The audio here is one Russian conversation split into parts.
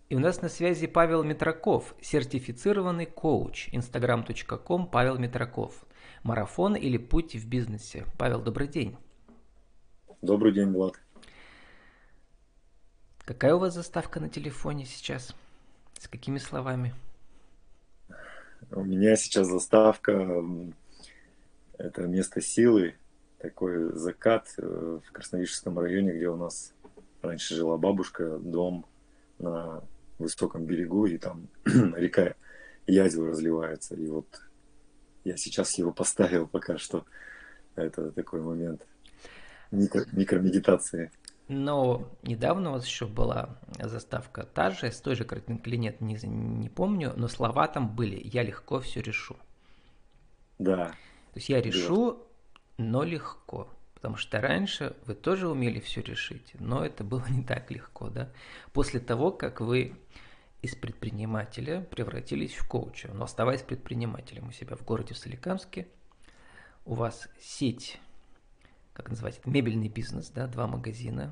И у нас на связи Павел Митраков, сертифицированный коуч, instagram.com Павел Митраков. Марафон или путь в бизнесе. Павел, добрый день. Добрый день, Влад. Какая у вас заставка на телефоне сейчас? С какими словами? У меня сейчас заставка, это место силы, такой закат в Красновишерском районе, где у нас раньше жила бабушка, дом на высоком берегу, и там река Язева разливается. И вот я сейчас его поставил пока что. Это такой момент микромедитации. Но недавно у вас еще была заставка та же, с той же картинкой или нет, не помню, но слова там были «Я легко все решу». Да, То есть я было. решу, но легко. Потому что раньше вы тоже умели все решить, но это было не так легко, да? После того, как вы из предпринимателя превратились в коуча, но оставаясь предпринимателем у себя в городе в Соликамске, у вас сеть, как называть это, мебельный бизнес, да, 2 магазина,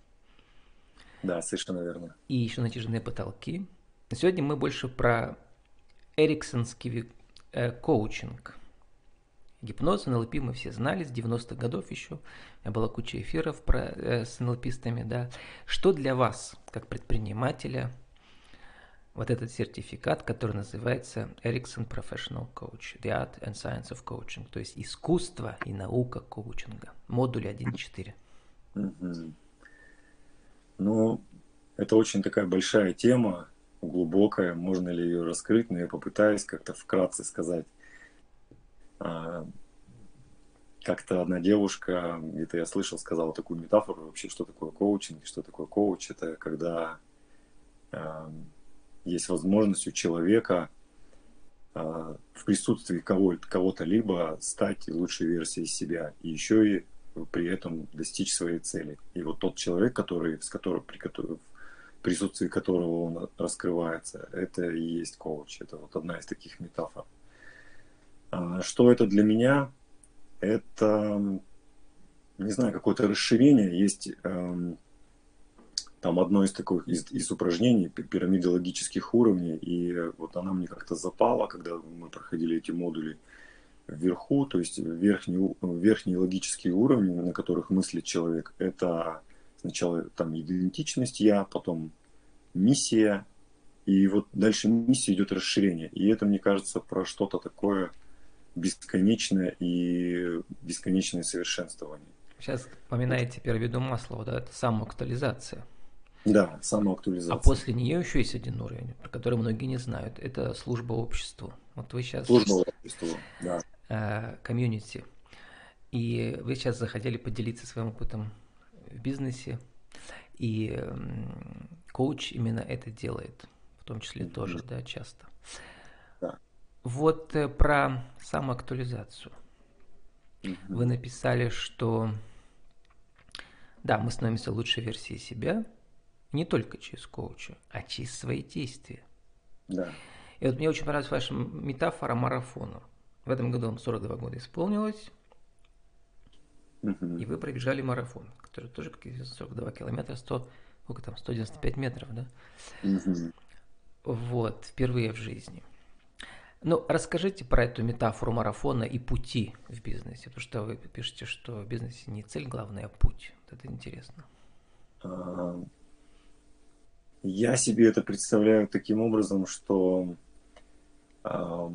Да, совершенно верно. и еще натяжные потолки. Но сегодня мы больше про эриксонский коучинг. Гипноз, НЛП мы все знали с 90-х годов еще. У меня была куча эфиров с НЛПистами, да. Что для вас, как предпринимателя, вот этот сертификат, который называется Ericsson Professional Coach, The Art and Science of Coaching, то есть искусство и наука коучинга, модуль 1.4. Мгм. Ну, это очень такая большая тема, глубокая, можно ли ее раскрыть, но я попытаюсь как-то вкратце сказать. А, Как-то одна девушка, где-то я слышал, сказала такую метафору вообще, что такое коучинг, что такое коуч. Это когда а, есть возможность у человека в присутствии кого-то либо стать лучшей версией себя, и еще и при этом достичь своей цели. И вот тот человек, в присутствии которого он раскрывается, это и есть коуч. Это вот одна из таких метафор. Что это для меня? Это, не знаю, какое-то расширение. Есть там одно из таких из упражнений пирамиды логических уровней, и вот она мне как-то запала, когда мы проходили эти модули вверху, то есть верхние логические уровни, на которых мыслит человек, это сначала там идентичность я, потом миссия, и вот дальше миссии идет расширение. И это, мне кажется, про что-то такое бесконечное и бесконечное совершенствование. Сейчас Вот. упоминаете пирамиду Маслоу, да, это самоактуализация. Да, А самоактуализация. после нее еще есть один уровень, про который многие не знают. Это служба обществу. Вот вы сейчас Служба обществу, да. комьюнити. И вы сейчас захотели поделиться своим опытом в бизнесе. И коуч именно это делает. В том числе Мгм. тоже, да, часто. Да. Вот про самоактуализацию. Вы Мгм. написали, что да, мы становимся лучшей версией себя не только через коуча, а через свои действия. Да. И вот мне очень понравилась ваша метафора марафона. В этом году вам 42 года исполнилось, и Мгм. вы пробежали марафон, который тоже, как известно, 42 километра, 100, сколько там, 195 метров, да? Мгм. Вот, впервые в жизни. Ну, расскажите про эту метафору марафона и пути в бизнесе, потому что вы пишете, что в бизнесе не цель главная, а путь. Вот это интересно. А, Я себе это представляю таким образом, что а,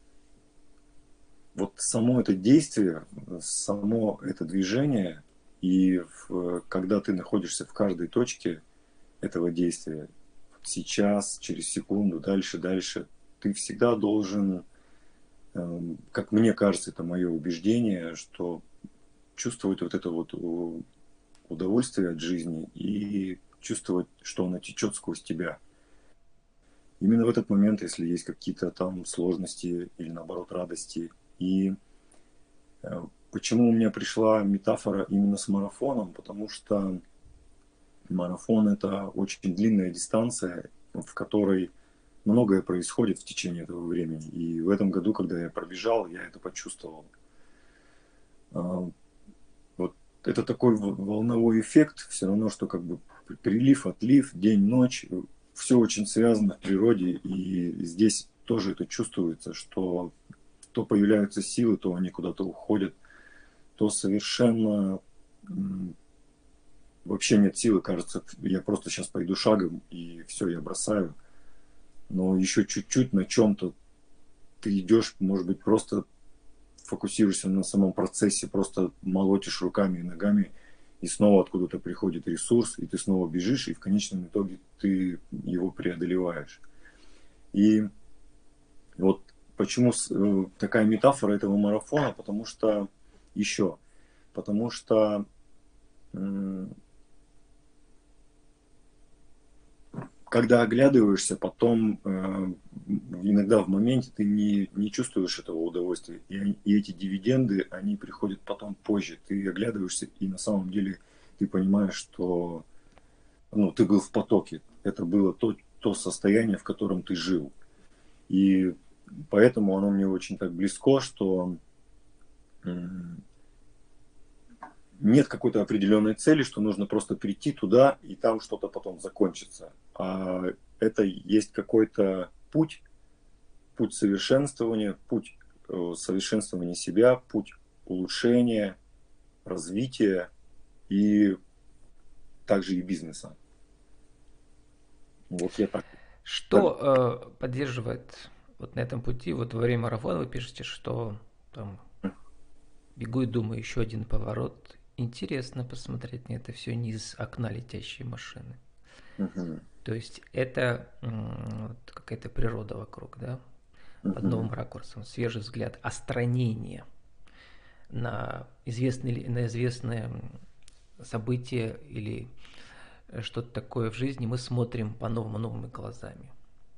вот само это действие, само это движение, и когда ты находишься в каждой точке этого действия, вот сейчас, через секунду, дальше, дальше, ты всегда должен, как мне кажется, это мое убеждение, что чувствовать вот это вот удовольствие от жизни и чувствовать, что она течет сквозь тебя. Именно в этот момент, если есть какие-то там сложности или наоборот радости. И почему у меня пришла метафора именно с марафоном? Потому что марафон это очень длинная дистанция, в которой многое происходит в течение этого времени. И в этом году, когда я пробежал, я это почувствовал. А, Вот это такой волновой эффект, все равно, что как бы прилив, отлив, день, ночь, все очень связано в природе, и здесь тоже это чувствуется, что то появляются силы, то они куда-то уходят, то совершенно вообще нет силы, кажется, я просто сейчас пойду шагом, и все, я бросаю. Но еще чуть-чуть на чем-то ты идешь, может быть, просто фокусируешься на самом процессе, просто молотишь руками и ногами, и снова откуда-то приходит ресурс, и ты снова бежишь, и в конечном итоге ты его преодолеваешь. И вот почему такая метафора этого марафона, потому что когда оглядываешься, потом иногда в моменте ты не чувствуешь этого удовольствия. И эти дивиденды, они приходят потом позже. Ты оглядываешься, и на самом деле ты понимаешь, что ты был в потоке. Это было то состояние, в котором ты жил. И поэтому оно мне очень так близко, что нет какой-то определенной цели, что нужно просто прийти туда, и там что-то потом закончится. А это есть какой-то путь совершенствования, путь совершенствования себя, путь улучшения, развития и также и бизнеса. Вот я так. Что поддерживает вот на этом пути? Вот во время марафона вы пишете, что там бегу и думаю, еще один поворот. Интересно посмотреть на это все не из окна летящей машины. Угу. То есть это какая-то природа вокруг, да? Под новым ракурсом, свежий взгляд, остранение на известные события или что-то такое в жизни, мы смотрим по-новому, новыми глазами.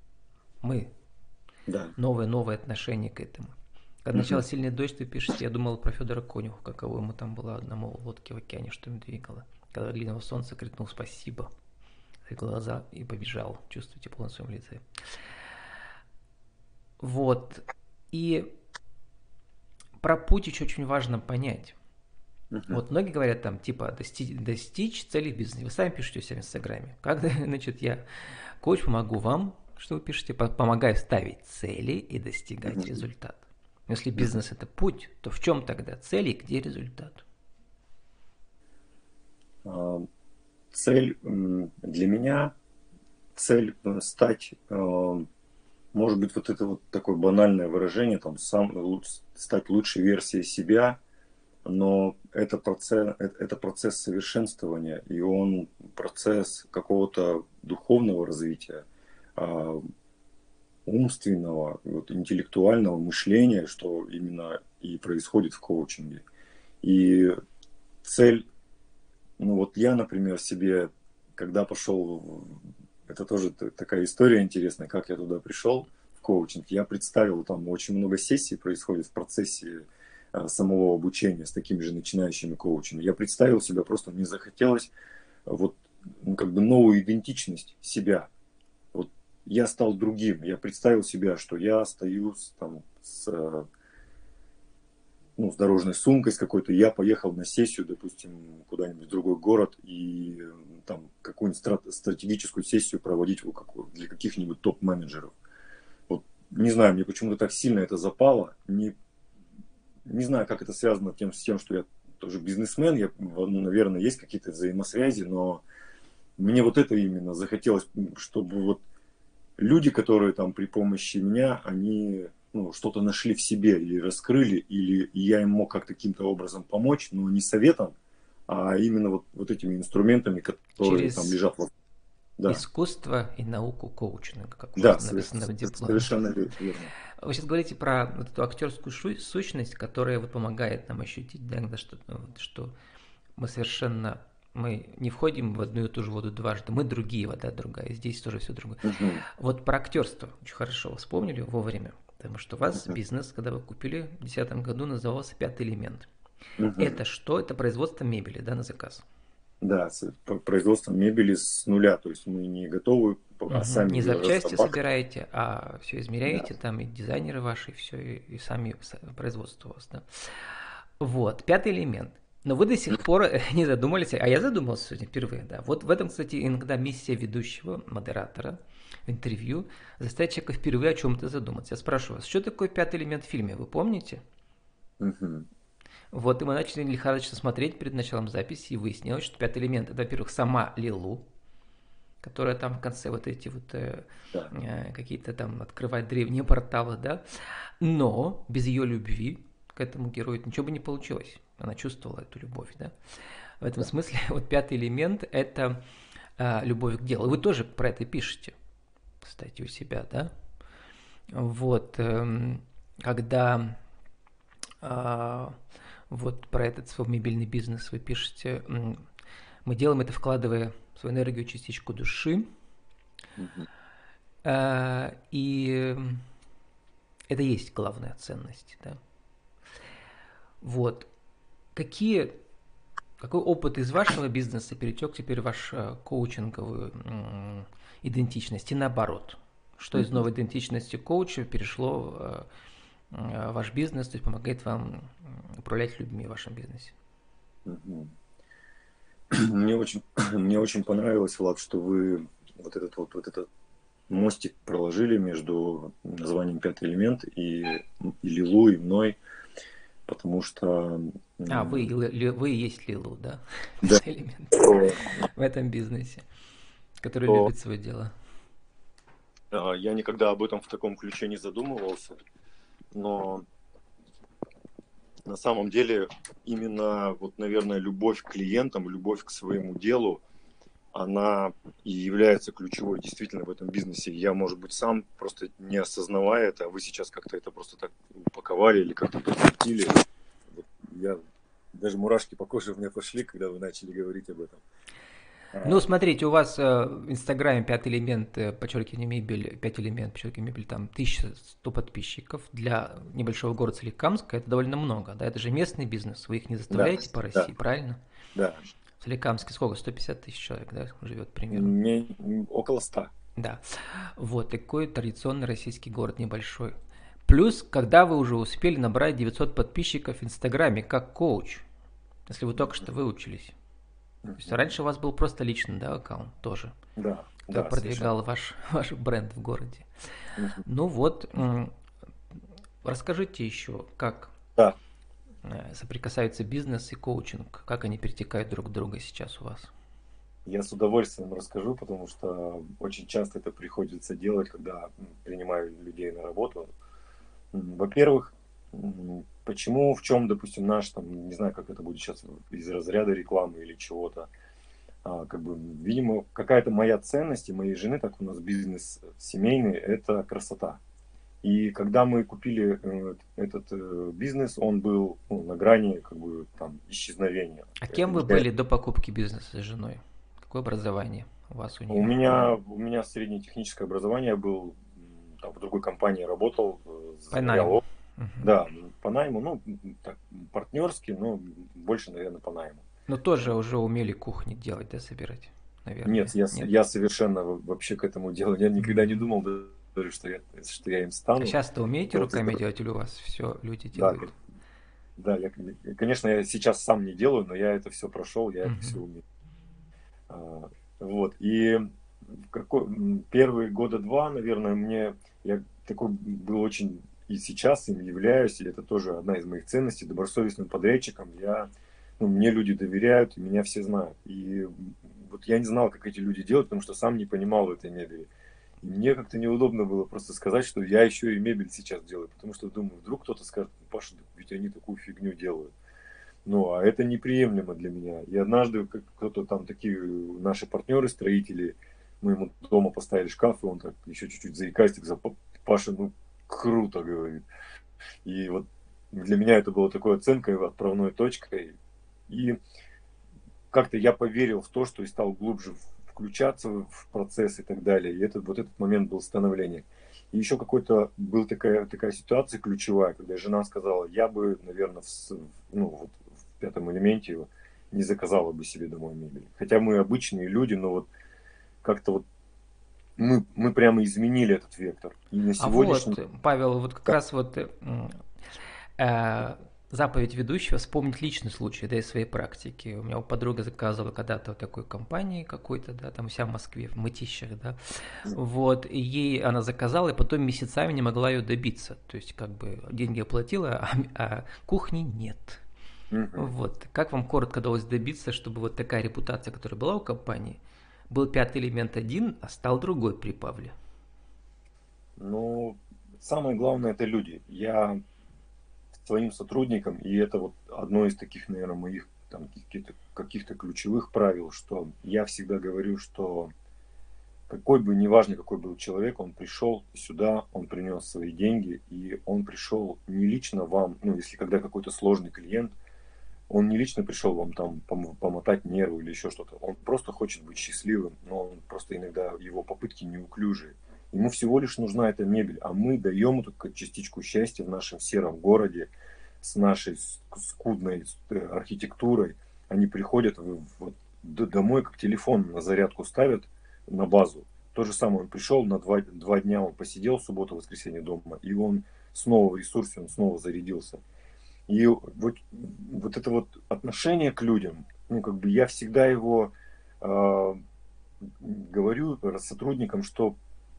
Новое отношение к этому. Когда начался сильный дождь, вы пишете, я думал про Федора Конюха, каково ему там было одному в лодке в океане, что им двигало. Когда длинного солнца крикнул спасибо, глаза и побежал, чувствую тепло на своем лице. Вот. И про путь еще очень важно понять. Вот многие говорят там, типа, достичь цели в бизнесе. Вы сами пишете у себя в Инстаграме. Когда, значит, я коуч, помогу вам, что вы пишете, помогаю ставить цели и достигать результата. Если бизнес это путь, то в чем тогда цель и где результат? Цель для меня, цель стать, может быть, вот это вот такое банальное выражение, там, стать лучшей версией себя, но это процесс совершенствования, и он процесс какого-то духовного развития, умственного, вот, интеллектуального мышления, что именно и происходит в коучинге. И цель, вот я, например, себе, когда пошел, это тоже такая история интересная, как я туда пришел в коучинг, я представил, там очень много сессий происходит в процессе самого обучения с такими же начинающими коучами. Я представил себя, просто мне захотелось вот как бы новую идентичность себя. Вот я стал другим, я представил себя, что я стою там с дорожной сумкой с какой-то, я поехал на сессию, допустим, куда-нибудь в другой город и там какую-нибудь стратегическую сессию проводить для каких-нибудь топ-менеджеров. Вот не знаю, мне почему-то так сильно это запало, не знаю, как это связано с тем, что я тоже бизнесмен, наверное, есть какие-то взаимосвязи, но мне вот это именно захотелось, чтобы вот люди, которые там при помощи меня, они что-то нашли в себе или раскрыли, или я им мог как-то каким-то образом помочь, но не советом, а именно вот этими инструментами, которые через там лежат. Искусство и науку коучинга, как да, написано в дипломе. Совершенно верно. Вы сейчас говорите про вот эту актерскую сущность, которая вот помогает нам ощутить, да, что мы не входим в одну и ту же воду дважды, мы другие, вода другая, здесь тоже все другое. Вот про актерство очень хорошо вы вспомнили вовремя, потому что у вас бизнес, когда вы купили в 2010 году, назывался «Пятый элемент». Это что? Это производство мебели, да, на заказ? Да, производство мебели с нуля, то есть мы не готовы, а сами не запчасти собираете, а все измеряете, там и дизайнеры ваши, и все, и сами производство у вас, да. Вот, пятый элемент. Но вы до сих пор не задумались, а я задумался сегодня впервые, да. Вот в этом, кстати, иногда миссия ведущего, модератора в интервью, заставить человека впервые о чем-то задуматься. Я спрашиваю вас, что такое пятый элемент в фильме, вы помните? Мгм. Вот, и мы начали лихорадочно смотреть перед началом записи, и выяснилось, что пятый элемент – это, во-первых, сама Лилу, которая там в конце вот эти вот Да. какие-то там открывает древние порталы, да. Но без ее любви к этому герою ничего бы не получилось. Она чувствовала эту любовь, да. В этом Да. смысле вот пятый элемент – это любовь к делу. Вы тоже про это пишете, кстати, у себя, да. Вот, когда вот про этот свой мебельный бизнес вы пишете, мы делаем это, вкладывая свою энергию, частичку души, Мгм. и это есть главная ценность, да. Вот. Какой опыт из вашего бизнеса перетек теперь в вашу коучинговую идентичность и наоборот? Что из Мгм. новой идентичности коуча перешло в ваш бизнес, то есть помогает вам управлять людьми в вашем бизнесе? Мгм. Мне очень, мне очень понравилось, Влад, что вы вот этот мостик проложили между названием «Пятый элемент» и Лилу, и мной, потому что Вы и есть Лилу, да? да, Пятый элемент что, в этом бизнесе, который что, любит свое дело. я никогда об этом в таком ключе не задумывался, но на самом деле именно вот, наверное, любовь к клиентам, любовь к своему делу, она и является ключевой действительно в этом бизнесе. Я, может быть, сам просто не осознавая это, а вы сейчас как-то это просто так упаковали или как-то подсветили. Вот я даже мурашки по коже у меня пошли, когда вы начали говорить об этом. Ну, А, смотрите, у вас в Инстаграме пятый элемент, подчеркивание мебель, 5 элемент, подчеркивание мебель, там 1100 подписчиков. Для небольшого города Соликамска это довольно много, да, это же местный бизнес, вы их не да, заставляете по да, России, правильно? да. В Соликамске сколько? 150 тысяч человек, да, живет примерно. Мне около 100. Да, вот такой традиционный российский город небольшой. Плюс, когда вы уже успели набрать 900 подписчиков в Инстаграме как коуч, если вы только что выучились. То есть раньше у вас был просто личный, да, аккаунт тоже, Да, который да, совершенно. продвигал ваш бренд в городе. Мгм. Ну вот, расскажите еще, как Да, соприкасаются бизнес и коучинг, как они перетекают друг в друга сейчас у вас. я с удовольствием расскажу, потому что очень часто это приходится делать, когда принимаю людей на работу. Во-первых, почему, в чем, допустим, наш, там, не знаю, как это будет сейчас из разряда рекламы или чего-то, как бы, видимо, какая-то моя ценность и моей жены, так у нас бизнес семейный, это красота. И когда мы купили этот бизнес, он был на грани как бы там исчезновения. А Это кем вы были до покупки бизнеса с женой? Какое образование у вас у нее? у меня среднее техническое образование был, там в другой компании работал, По заявлял найму. опыт. Мгм. Да, по найму, ну, так, партнерски, но больше, наверное, по найму. Но тоже уже умели кухни делать, да, собирать, Нет, наверное. Нет? я совершенно вообще к этому делу, я никогда не думал даже, что я им А стану. сейчас-то умеете Это вот руками это, делать или у вас все люди да, делают? да, конечно, я сейчас сам не делаю, но я это все прошел, я это все Мгм. умею. А, Вот, и первые года два, наверное, я такой был очень, и сейчас им являюсь, и это тоже одна из моих ценностей, добросовестным подрядчиком. Мне люди доверяют, и меня все знают. И вот я не знал, как эти люди делают, потому что сам не понимал в этой мебели. И мне как-то неудобно было просто сказать, что я еще и мебель сейчас делаю, потому что думаю, вдруг кто-то скажет: Паша, ведь они такую фигню делают. Ну, а это неприемлемо для меня. И однажды кто-то там, такие наши партнеры, строители, мы ему дома поставили шкаф, и он так еще чуть-чуть заикаясь, так сказал: Паша, ну круто, говорит. И вот для меня это было такой оценкой, отправной точкой. И как-то я поверил в то, что и стал глубже включаться в процесс и так далее. И вот этот момент был становления. И еще был такая ситуация ключевая, когда жена сказала: я бы, наверное, ну, вот в пятом элементе не заказала бы себе домой мебель. Хотя мы обычные люди, но вот как-то вот мы прямо изменили этот вектор. И на А сегодняшний вот, Павел, вот как да, раз вот заповедь ведущего вспомнить личный случай, да, из своей практики. У меня подруга заказывала когда-то в такой компании какой-то, да, там вся в Москве, в Мытищах, да, вот, и ей она заказала, и потом месяцами не могла ее добиться, то есть как бы деньги оплатила, а кухни нет. Мгм. Вот, как вам коротко удалось добиться, чтобы вот такая репутация, которая была у компании, был пятый элемент один, а стал другой при Павле? Ну, самое главное это люди. Я своим сотрудникам, и это вот одно из таких, наверное, моих там каких-то ключевых правил, что я всегда говорю, что какой бы, неважно какой был человек, он пришел сюда, он принес свои деньги, и он пришел не лично вам, ну, если когда какой-то сложный клиент, он не лично пришел вам там помотать нервы или еще что-то. Он просто хочет быть счастливым, но он просто иногда его попытки неуклюжие. Ему всего лишь нужна эта мебель, а мы даем эту частичку счастья в нашем сером городе с нашей скудной архитектурой. Они приходят домой, как телефон на зарядку ставят на базу. То же самое, он пришел на два дня, он посидел в субботу, воскресенье дома, и он снова в ресурсе, он снова зарядился. И вот это вот отношение к людям, ну, как бы я всегда его э, говорю сотрудникам, что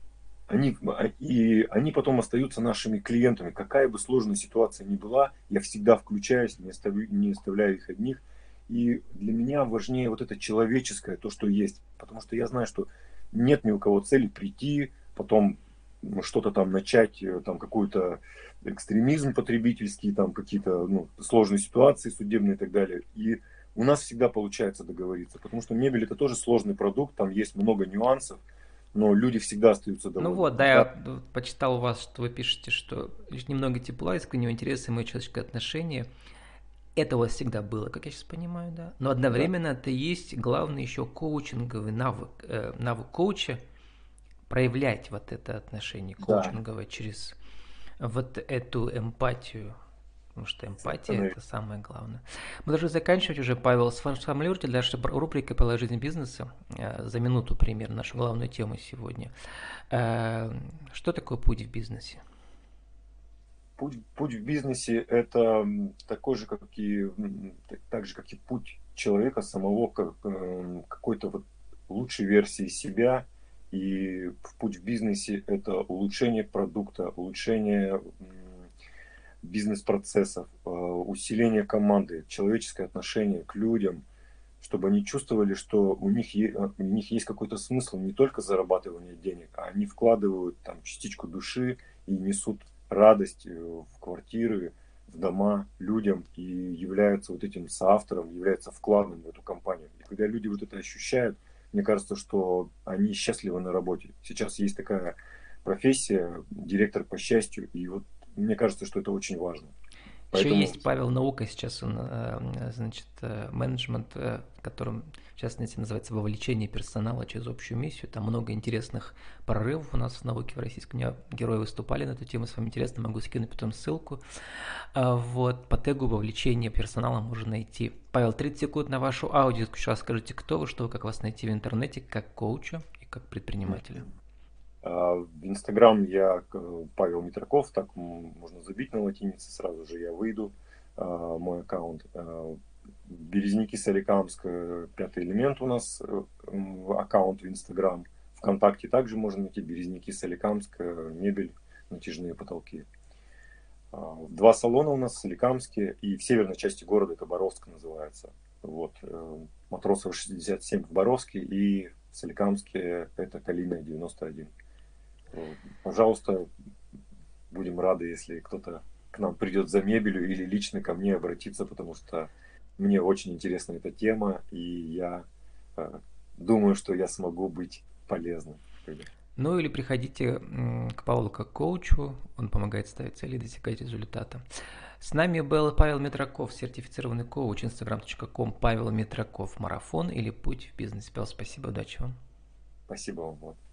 они потом остаются нашими клиентами. Какая бы сложная ситуация ни была, я всегда включаюсь, не оставляю их одних. И для меня важнее вот это человеческое, то, что есть. Потому что я знаю, что нет ни у кого цели прийти, потом что-то там начать, там какой-то экстремизм потребительский, там какие-то сложные ситуации судебные и так далее. И у нас всегда получается договориться, потому что мебель это тоже сложный продукт, там есть много нюансов, но люди всегда остаются Ну довольны. вот, да, я почитал у вас, что вы пишете, что лишь немного тепла, искреннего интереса и мое человеческое отношение. Это у вас всегда было, как я сейчас понимаю, да? Но Да, одновременно это есть главный еще коучинговый навык, навык коуча проявлять вот это отношение да, коучинговое через вот эту эмпатию. Потому что эмпатия – совершенно верно. это самое главное. Мы должны заканчивать уже, Павел. Сформулируйте для нашей рубрики «Правила жизни бизнеса» за минуту примерно нашу главную тему сегодня. Что такое путь в бизнесе? Путь в бизнесе это такой же, так же, как и путь человека самого, как какой-то вот лучшей версии себя. И путь в бизнесе это улучшение продукта, улучшение бизнес-процессов, усиление команды, человеческое отношение к людям, чтобы они чувствовали, что у них есть какой-то смысл не только зарабатывания денег, а они вкладывают там частичку души и несут радость в квартиры, в дома людям и являются вот этим соавтором, являются вкладом в эту компанию. И когда люди вот это ощущают, мне кажется, что они счастливы на работе. Сейчас есть такая профессия, директор по счастью, и вот мне кажется, что это очень важно. Еще Поэтому есть Павел Наука, сейчас он, значит, менеджмент, в котором, в частности, называется «Вовлечение персонала через общую миссию». Там много интересных прорывов у нас в науке в российском. У меня герои выступали на эту тему, если вам интересно, могу скинуть потом ссылку. Вот, по тегу «Вовлечение персонала» можно найти. Павел, 30 секунд на вашу аудио. Сейчас скажите, кто вы, что вы, как вас найти в интернете, как коуча и как предпринимателя. В Инстаграм я Павел Митраков, так можно забить на латинице, сразу же я выйду, мой аккаунт. Березники Соликамск, пятый элемент у нас, аккаунт в Инстаграм. ВКонтакте также можно найти Березники Соликамск, мебель, натяжные потолки. Два салона у нас в Соликамске, и в северной части города это Боровск называется. Вот, Матросова 67 в Боровске, и в Соликамске это Калийная 91. Пожалуйста, будем рады, если кто-то к нам придет за мебелью или лично ко мне обратиться, потому что мне очень интересна эта тема, и я думаю, что я смогу быть полезным. Ну или приходите к Павлу как коучу, он помогает ставить цели и достигать результата. С нами был Павел Митраков, сертифицированный коуч, instagram.com, Павел Митраков, марафон или путь в бизнесе. Павел, спасибо, удачи вам. Спасибо вам.